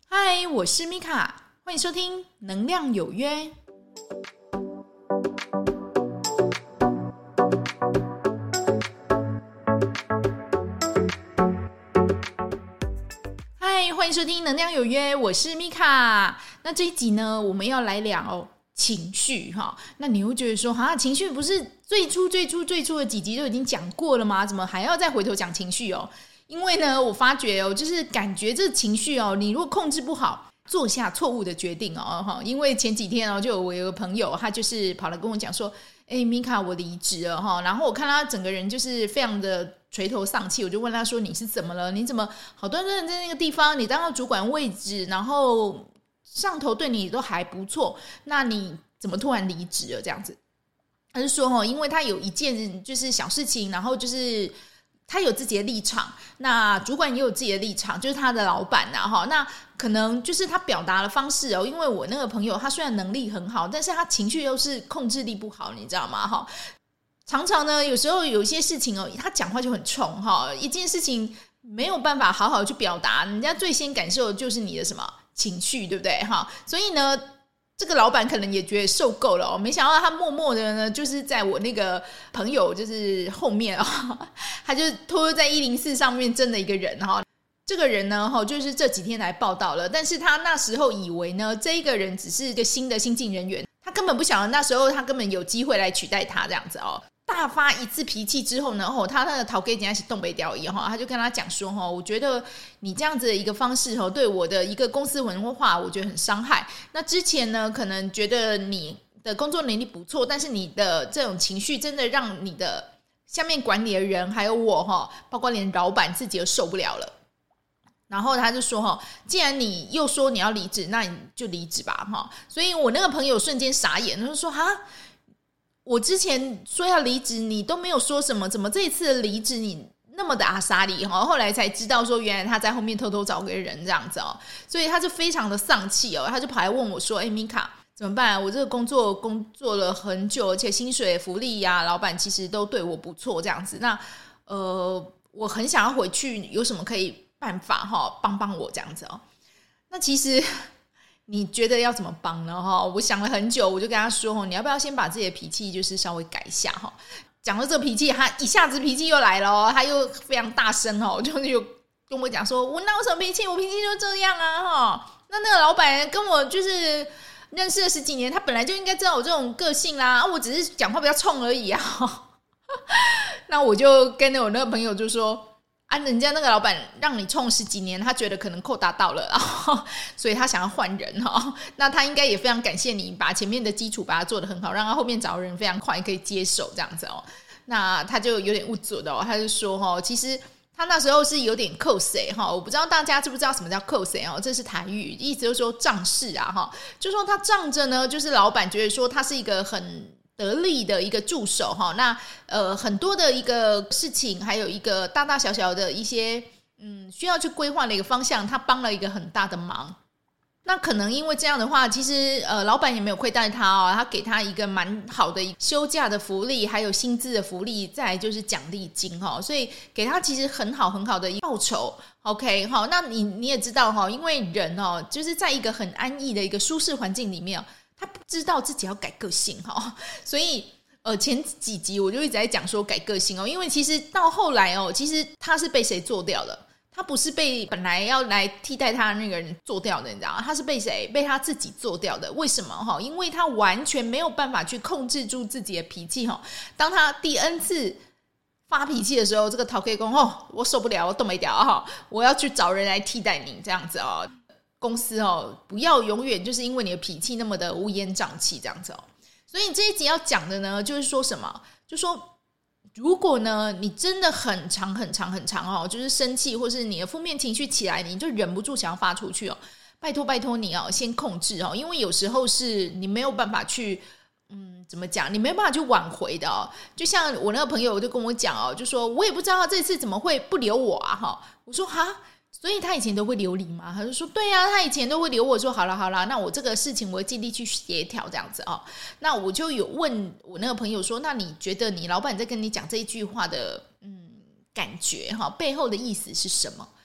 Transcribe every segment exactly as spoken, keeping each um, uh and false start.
嗨，我是米卡，欢迎收听能量有约。嗨，欢迎收听能量有约，我是米卡。那这一集呢，我们要来聊哦情绪哈。那你会觉得说，哈，情绪不是最初最初最初的几集都已经讲过了吗？怎么还要再回头讲情绪哦？因为呢，我发觉哦，就是感觉这情绪哦，你如果控制不好，做下错误的决定哦，哈。因为前几天哦，就有我有个朋友，他就是跑来跟我讲说，哎，米卡，我离职了哈。然后我看他整个人就是非常的垂头丧气，我就问他说，你是怎么了？你怎么好端端在那个地方，你当到主管位置，然后上头对你都还不错，那你怎么突然离职了？这样子，他就说哦，因为他有一件就是小事情，然后就是他有自己的立场，那主管也有自己的立场，就是他的老板啊哈，那可能就是他表达的方式哦，因为我那个朋友他虽然能力很好，但是他情绪又是控制力不好，你知道吗哈？常常呢，有时候有一些事情哦，他讲话就很冲哈，一件事情没有办法好好去表达，人家最先感受的就是你的什么情绪，对不对哈？所以呢，这个老板可能也觉得受够了哦，没想到他默默的呢，就是在我那个朋友就是后面哦，他就拖在一零四上面真的一个人哈。这个人呢，就是这几天来报道了，但是他那时候以为呢，这一个人只是一个新的新进人员，他根本不晓得那时候他根本有机会来取代他这样子哦。大发一次脾气之后呢，他那个头家真是东北调一，他就跟他讲说，我觉得你这样子的一个方式对我的一个公司文化我觉得很伤害。那之前呢，可能觉得你的工作能力不错，但是你的这种情绪真的让你的下面管理的人还有我，包括连老板自己都受不了了。然后他就说，既然你又说你要离职，那你就离职吧。所以我那个朋友瞬间傻眼，他就说，哈，我之前说要离职你都没有说什么，怎么这一次的离职你那么的阿莎里？后来才知道说原来他在后面偷偷找个人这样子哦，所以他就非常的丧气哦，他就跑来问我说，哎，米卡怎么办？我这个工作工作了很久，而且薪水福利呀、啊、老板其实都对我不错这样子，那呃我很想要回去，有什么可以办法哈帮帮我这样子哦？那其实你觉得要怎么帮呢？我想了很久，我就跟他说，你要不要先把自己的脾气就是稍微改一下？讲到这个脾气，他一下子脾气又来了，他又非常大声，就有跟我讲说，我哪有什么脾气，我脾气就这样啊。那那个老板跟我就是认识了十几年，他本来就应该知道我这种个性啦，我只是讲话比较冲而已啊。那我就跟我那个朋友就说，啊，人家那个老板让你冲十几年，他觉得可能扣达到了，所以他想要换人哦。那他应该也非常感谢你把前面的基础把它做得很好，让他后面找人非常快可以接手这样子哦。那他就有点误准的哦，他就说哦，其实他那时候是有点扣谁哈，我不知道大家知不知道什么叫扣谁哦，这是台语，意思就是说仗势啊哈，就说他仗着呢，就是老板觉得说他是一个很得力的一个助手哈，那呃很多的一个事情，还有一个大大小小的一些嗯需要去规划的一个方向，他帮了一个很大的忙。那可能因为这样的话，其实呃老板也没有亏待他哦，他给他一个蛮好的休假的福利，还有薪资的福利，再来就是奖励金哈，所以给他其实很好很好的报酬。OK 哈，那你你也知道哈，因为人哦就是在一个很安逸的一个舒适环境里面，他不知道自己要改个性哈，所以呃前几集我就一直在讲说改个性哦，因为其实到后来哦，其实他是被谁做掉了？他不是被本来要来替代他的那个人做掉的，你知道吗？他是被谁？被他自己做掉的。为什么？因为他完全没有办法去控制住自己的脾气。当他第 N 次发脾气的时候，这个陶 K 公哦，我受不了，我动没掉，我要去找人来替代你这样子哦。公司哦，不要永远就是因为你的脾气那么的乌烟瘴气这样子哦。所以这一集要讲的呢，就是说什么？就说如果呢你真的很长很长很长哦，就是生气或是你的负面情绪起来，你就忍不住想要发出去哦，拜托拜托你哦，先控制哦，因为有时候是你没有办法去嗯，怎么讲？你没有办法去挽回的哦。就像我那个朋友就跟我讲哦，就说我也不知道他这次怎么会不留我啊哈。我说哈，所以他以前都会留你吗？他就说对啊，他以前都会留我。说好了好了，那我这个事情我会尽力去协调这样子哦。那我就有问我那个朋友说，那你觉得你老板在跟你讲这一句话的嗯感觉哈，背后的意思是什么？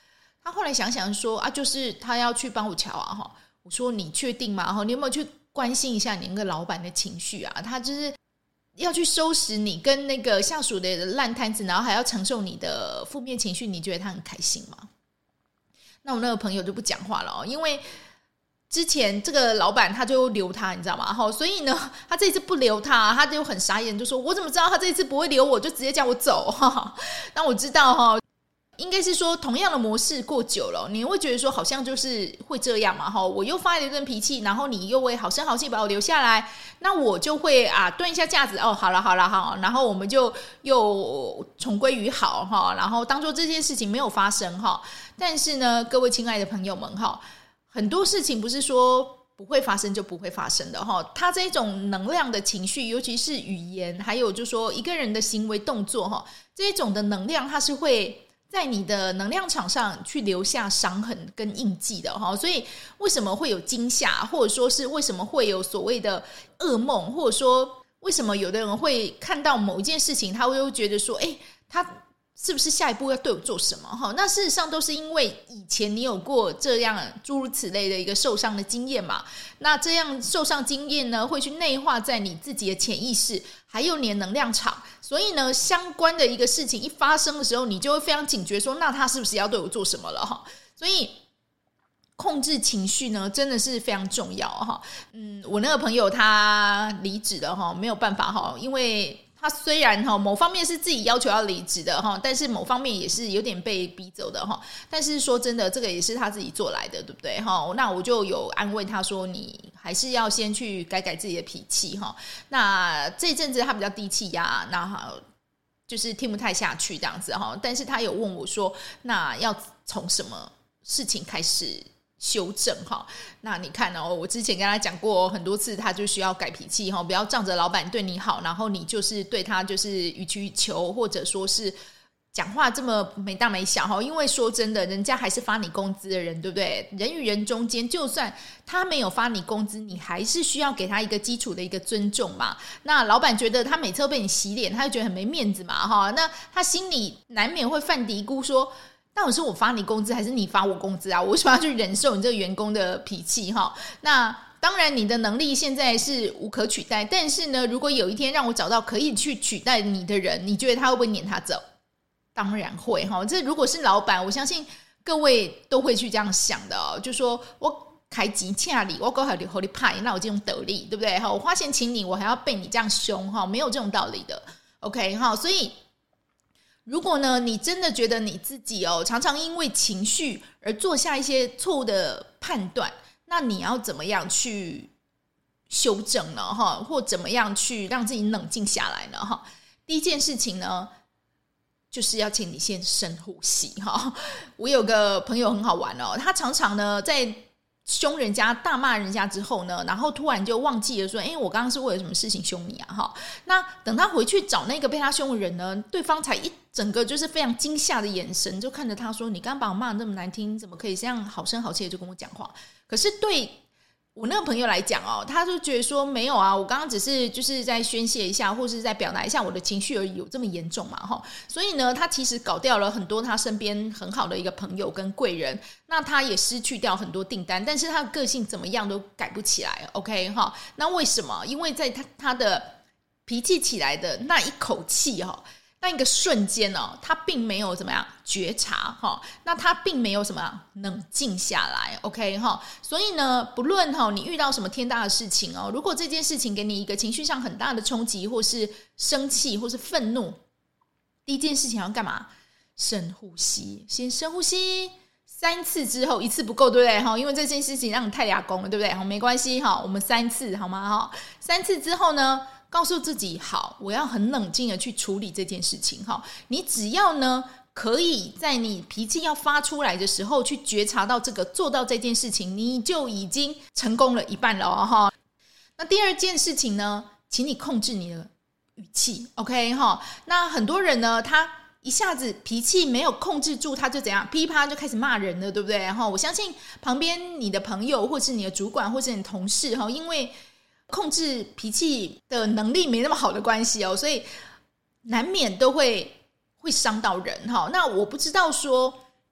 他后来想想说啊，就是他要去帮我瞧啊哈。我说你确定吗？你有没有去关心一下你那个老板的情绪啊？他就是要去收拾你跟那个下属的烂摊子，然后还要承受你的负面情绪，你觉得他很开心吗？那我那个朋友就不讲话了哦，因为之前这个老板他就留他，你知道吗？所以呢，他这一次不留他，他就很傻眼，就说：“我怎么知道他这一次不会留我，就直接叫我走？”那我知道哈。应该是说同样的模式过久了，你会觉得说好像就是会这样嘛，我又发了一顿脾气，然后你又会好声好气把我留下来，那我就会啊顿一下架子，哦好了好了好，然后我们就又重归于好，然后当作这件事情没有发生。但是呢，各位亲爱的朋友们，很多事情不是说不会发生就不会发生的，它这种能量的情绪，尤其是语言，还有就是说一个人的行为动作，这种的能量它是会在你的能量场上去留下伤痕跟印记的，所以为什么会有惊吓，或者说是为什么会有所谓的噩梦，或者说为什么有的人会看到某一件事情他会觉得说诶他是不是下一步要对我做什么？那事实上都是因为以前你有过这样诸如此类的一个受伤的经验嘛。那这样受伤经验呢，会去内化在你自己的潜意识，还有你的能量场。所以呢，相关的一个事情一发生的时候，你就会非常警觉说，那他是不是要对我做什么了？所以控制情绪呢，真的是非常重要哈。嗯，我那个朋友他离职了哈，没有办法哈，因为他虽然某方面是自己要求要离职的，但是某方面也是有点被逼走的。但是说真的，这个也是他自己做来的，对不对？那我就有安慰他说，你还是要先去改改自己的脾气。那这一阵子他比较低气压，那就是听不太下去这样子，但是他有问我说，那要从什么事情开始修正？那你看哦，我之前跟他讲过很多次，他就需要改脾气，不要仗着老板对你好，然后你就是对他就是予取予求，或者说是讲话这么没大没小。因为说真的，人家还是发你工资的人，对不对？人与人中间，就算他没有发你工资，你还是需要给他一个基础的一个尊重嘛。那老板觉得他每次都被你洗脸，他就觉得很没面子嘛。那他心里难免会犯嘀咕说，到底是我发你工资还是你发我工资啊？我为什么要去忍受你这个员工的脾气？那当然你的能力现在是无可取代，但是呢，如果有一天让我找到可以去取代你的人，你觉得他会不会撵他走？当然会。这如果是老板，我相信各位都会去这样想的哦，就说我开钱请你，我还要你派，那我这种得力，对不对？我花钱请你，我还要被你这样凶，没有这种道理的。 OK， 所以如果呢，你真的觉得你自己哦，常常因为情绪而做下一些错误的判断，那你要怎么样去修正呢？或怎么样去让自己冷静下来呢？第一件事情呢，就是要请你先深呼吸。我有个朋友很好玩哦，他常常呢在凶人家大骂人家之后呢，然后突然就忘记了说，哎，我刚刚是为了什么事情凶你啊？那等他回去找那个被他凶的人呢，对方才一整个就是非常惊吓的眼神，就看着他说，你刚刚把我骂得那么难听，怎么可以这样好声好气的就跟我讲话？可是对我那个朋友来讲哦，他就觉得说，没有啊，我刚刚只是就是在宣泄一下，或是在表达一下我的情绪而已，有这么严重嘛？所以呢，他其实搞掉了很多他身边很好的一个朋友跟贵人，那他也失去掉很多订单，但是他的个性怎么样都改不起来。 OK， 那为什么？因为在他他的脾气起来的那一口气哦，那一个瞬间哦，他并没有怎么样觉察，那他并没有什么冷静下来。 OK， 所以呢，不论你遇到什么天大的事情哦，如果这件事情给你一个情绪上很大的冲击，或是生气或是愤怒，第一件事情要干嘛？深呼吸，先深呼吸三次之后，一次不够，对不对？因为这件事情让你太哑公了，对不对？没关系，我们三次好吗？三次之后呢，告诉自己，好，我要很冷静的去处理这件事情。你只要呢可以在你脾气要发出来的时候去觉察到这个，做到这件事情，你就已经成功了一半了哦。那第二件事情呢，请你控制你的语气。 OK， 那很多人呢，他一下子脾气没有控制住，他就怎样噼啪就开始骂人了，对不对？然后我相信旁边你的朋友或是你的主管或是你的同事，因为控制脾气的能力没那么好的关系哦，所以难免都会会伤到人。那我不知道说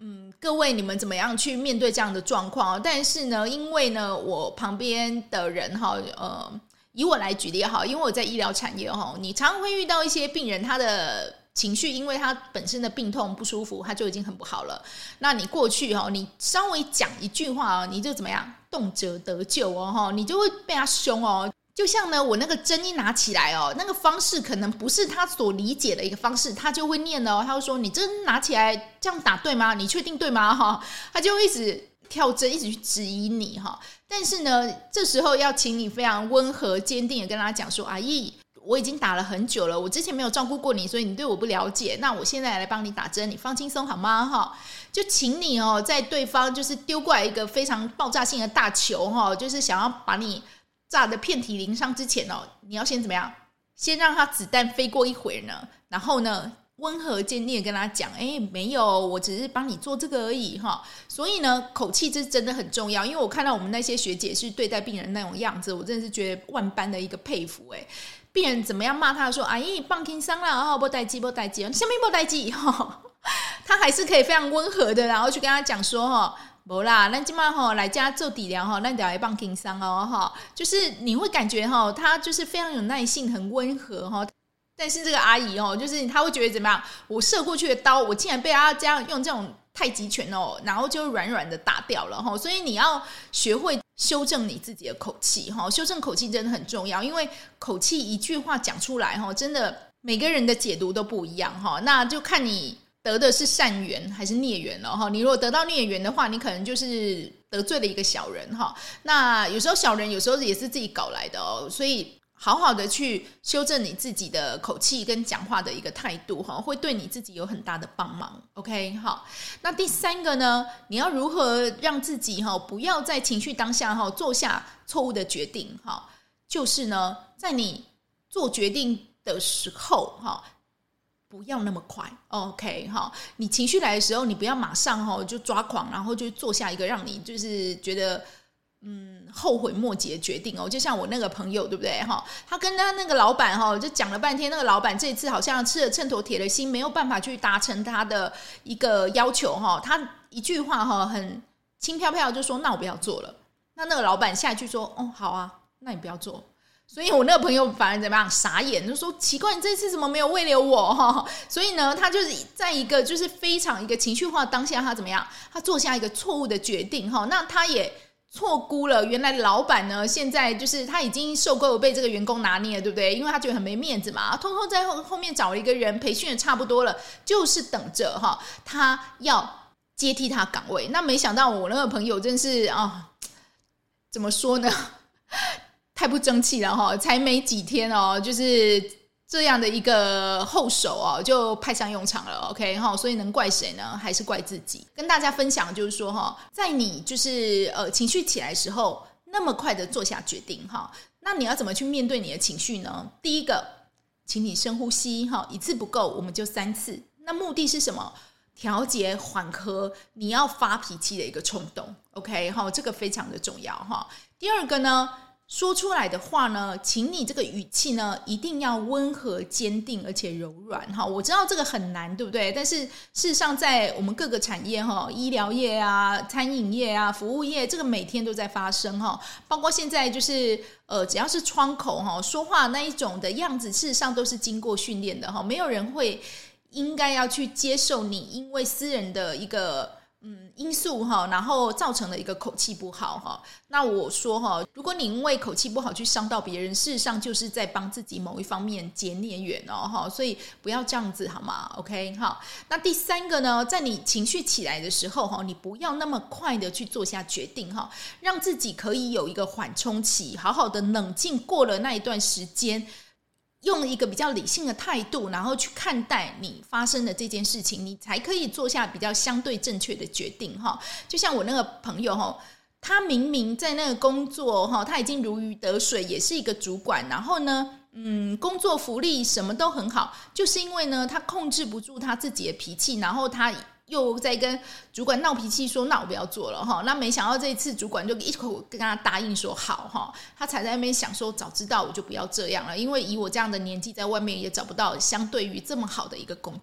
嗯，各位你们怎么样去面对这样的状况？但是呢，因为呢，我旁边的人哈，呃，以我来举例哈，因为我在医疗产业哈，你常常会遇到一些病人，他的情绪，因为他本身的病痛不舒服，他就已经很不好了。那你过去哈，你稍微讲一句话，你就怎么样，动辄得咎哦，你就会被他凶哦。就像呢，我那个针一拿起来哦，那个方式可能不是他所理解的一个方式，他就会念哦，他会说：“你针拿起来这样打对吗？你确定对吗？”哈，他就会一直跳针，一直去质疑你哈。但是呢，这时候要请你非常温和、坚定的跟他讲说：“阿姨，我已经打了很久了，我之前没有照顾过你，所以你对我不了解。那我现在来帮你打针，你放轻松好吗？”哈，就请你哦，在对方就是丢过来一个非常爆炸性的大球哈，就是想要把你炸的遍体鳞伤之前哦，你要先怎么样？先让他子弹飞过一会儿呢，然后呢，温和坚定的跟他讲，哎，没有，我只是帮你做这个而已哈。所以呢，口气这真的很重要，因为我看到我们那些学姐是对待病人那种样子，我真的是觉得万般的一个佩服哎。病人怎么样骂他说，阿姨放轻松啦，哦，没代志，没代志，什么没代志哈，他还是可以非常温和的，然后去跟他讲说哈。没啦，那今晚哈来家做治疗哈，那得来帮轻伤哦哈，就是你会感觉哈，他就是非常有耐性，很温和哈。但是这个阿姨哦，就是他会觉得怎么样？我射过去的刀，我竟然被他这样用这种太极拳哦，然后就软软的打掉了哈。所以你要学会修正你自己的口气哈，修正口气真的很重要，因为口气一句话讲出来哈，真的每个人的解读都不一样哈，那就看你得的是善缘还是孽缘了哈？你如果得到孽缘的话，你可能就是得罪了一个小人哈。那有时候小人有时候也是自己搞来的哦，所以好好的去修正你自己的口气跟讲话的一个态度哈，会对你自己有很大的帮忙。OK， 好。那第三个呢，你要如何让自己哈不要在情绪当下哈做下错误的决定哈？就是呢，在你做决定的时候哈。不要那么快 ，OK 哈。你情绪来的时候，你不要马上哈就抓狂，然后就做下一个让你就是觉得嗯后悔莫及的决定哦。就像我那个朋友，对不对哈？他跟他那个老板哈就讲了半天，那个老板这次好像吃了秤砣铁了心，没有办法去达成他的一个要求哈。他一句话哈很轻飘飘就说：“那我不要做了。”那那个老板下一句说：“哦，好啊，那你不要做。”所以我那个朋友反而怎么样傻眼，就说奇怪，你这次怎么没有慰留我哈？所以呢，他就是在一个就是非常一个情绪化当下，他怎么样？他做下一个错误的决定哈。那他也错估了原来老板呢，现在就是他已经受够被这个员工拿捏了，对不对？因为他觉得很没面子嘛，偷偷在后后面找了一个人培训的差不多了，就是等着哈，他要接替他岗位。那没想到我那个朋友真是啊、哦，怎么说呢？太不争气了哈！才没几天哦，就是这样的一个后手哦，就派上用场了。OK 哈，所以能怪谁呢？还是怪自己。跟大家分享就是说哈，在你就是呃情绪起来的时候，那么快的做下决定哈，那你要怎么去面对你的情绪呢？第一个，请你深呼吸哈，一次不够，我们就三次。那目的是什么？调节缓和你要发脾气的一个冲动。OK 哈，这个非常的重要哈。第二个呢？说出来的话呢，请你这个语气呢，一定要温和、坚定，而且柔软哈。我知道这个很难，对不对？但是事实上，在我们各个产业哈，医疗业啊、餐饮业啊、服务业，这个每天都在发生哈。包括现在就是呃，只要是窗口哈，说话那一种的样子，事实上都是经过训练的哈。没有人会应该要去接受你因为私人的一个。嗯，因素哈，然后造成了一个口气不好哈。那我说哈，如果你因为口气不好去伤到别人，事实上就是在帮自己某一方面结孽缘哦哈。所以不要这样子好吗 ？OK 好。那第三个呢，在你情绪起来的时候哈，你不要那么快的去做下决定哈，让自己可以有一个缓冲期，好好的冷静过了那一段时间。用一个比较理性的态度，然后去看待你发生的这件事情，你才可以做下比较相对正确的决定哈。就像我那个朋友哈，他明明在那个工作哈，他已经如鱼得水，也是一个主管，然后呢，嗯，工作福利什么都很好，就是因为呢，他控制不住他自己的脾气，然后他又在跟主管闹脾气说那我不要做了哈，那没想到这一次主管就一口跟他答应说好哈，他才在那边想说早知道我就不要这样了，因为以我这样的年纪在外面也找不到相对于这么好的一个工作了。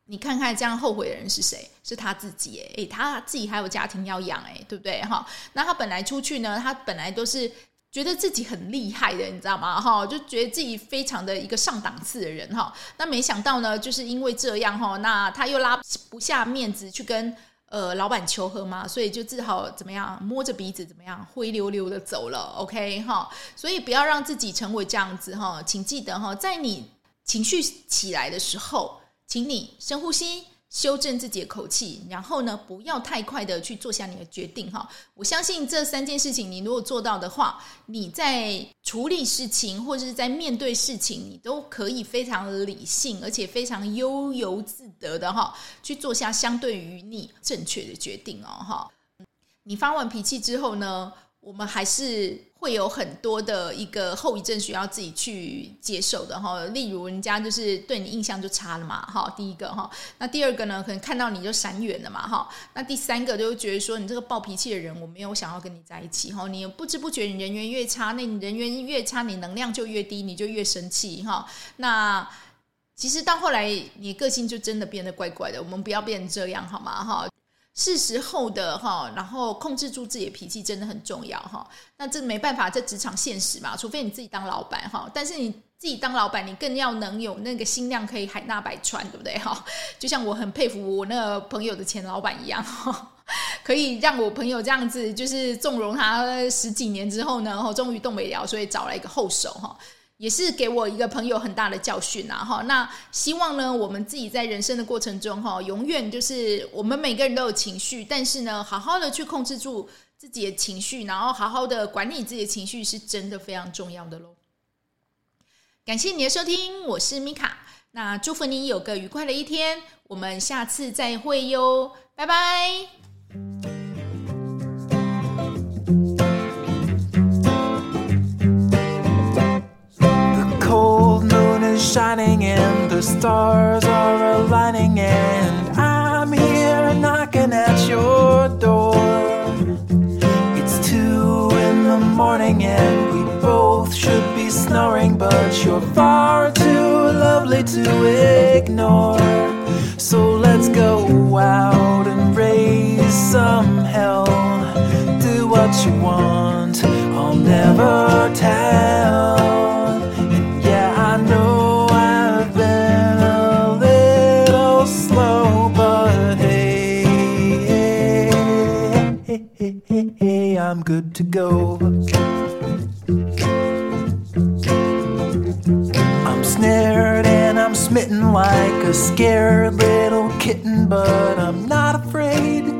你看看这样后悔的人是谁？是他自己耶。诶，他自己还有家庭要养诶，对不对哈？那他本来出去呢，他本来都是觉得自己很厉害的，你知道吗？哈，就觉得自己非常的一个上档次的人哈。那没想到呢，就是因为这样哈，那他又拉不下面子去跟呃老板求和嘛，所以就只好怎么样，摸着鼻子怎么样，灰溜溜的走了。OK 哈，所以不要让自己成为这样子哈，请记得哈，在你情绪起来的时候，请你深呼吸，修正自己的口气，然后呢，不要太快的去做下你的决定哈。我相信这三件事情，你如果做到的话，你在处理事情或者是在面对事情，你都可以非常理性，而且非常悠游自得的哈，去做下相对于你正确的决定哦哈。你发完脾气之后呢，我们还是会有很多的一个后遗症需要自己去接受的哈，例如人家就是对你印象就差了嘛哈，第一个哈，那第二个呢，可能看到你就闪远了嘛哈，那第三个就觉得说你这个暴脾气的人，我没有想要跟你在一起哈，你不知不觉你人缘越差，那你人缘越差，你能量就越低，你就越生气哈，那其实到后来你个性就真的变得怪怪的，我们不要变成这样好吗哈？是时候的哈，然后控制住自己的脾气真的很重要哈。那这没办法，这职场现实嘛，除非你自己当老板哈。但是你自己当老板，你更要能有那个心量，可以海纳百川，对不对哈？就像我很佩服我那个朋友的前老板一样哈，可以让我朋友这样子，就是纵容他十几年之后呢，终于动不了，所以找了一个后手哈。也是给我一个朋友很大的教训啊哈，那希望呢我们自己在人生的过程中哈，永远就是我们每个人都有情绪，但是呢好好的去控制住自己的情绪，然后好好的管理自己的情绪，是真的非常重要的咯。感谢你的收听，我是米卡，那祝福你有个愉快的一天，我们下次再会哟，拜拜。 Shining and the stars are aligning, and I'm here knocking at your door. It's two in the morning and we both should be snoring, but you're far too lovely to ignore. So let's go out and raise some hell. Do what you want, I'll never tell. And yeah, I know I'm good to go. I'm snared and I'm smitten like a scared little kitten, but I'm not afraid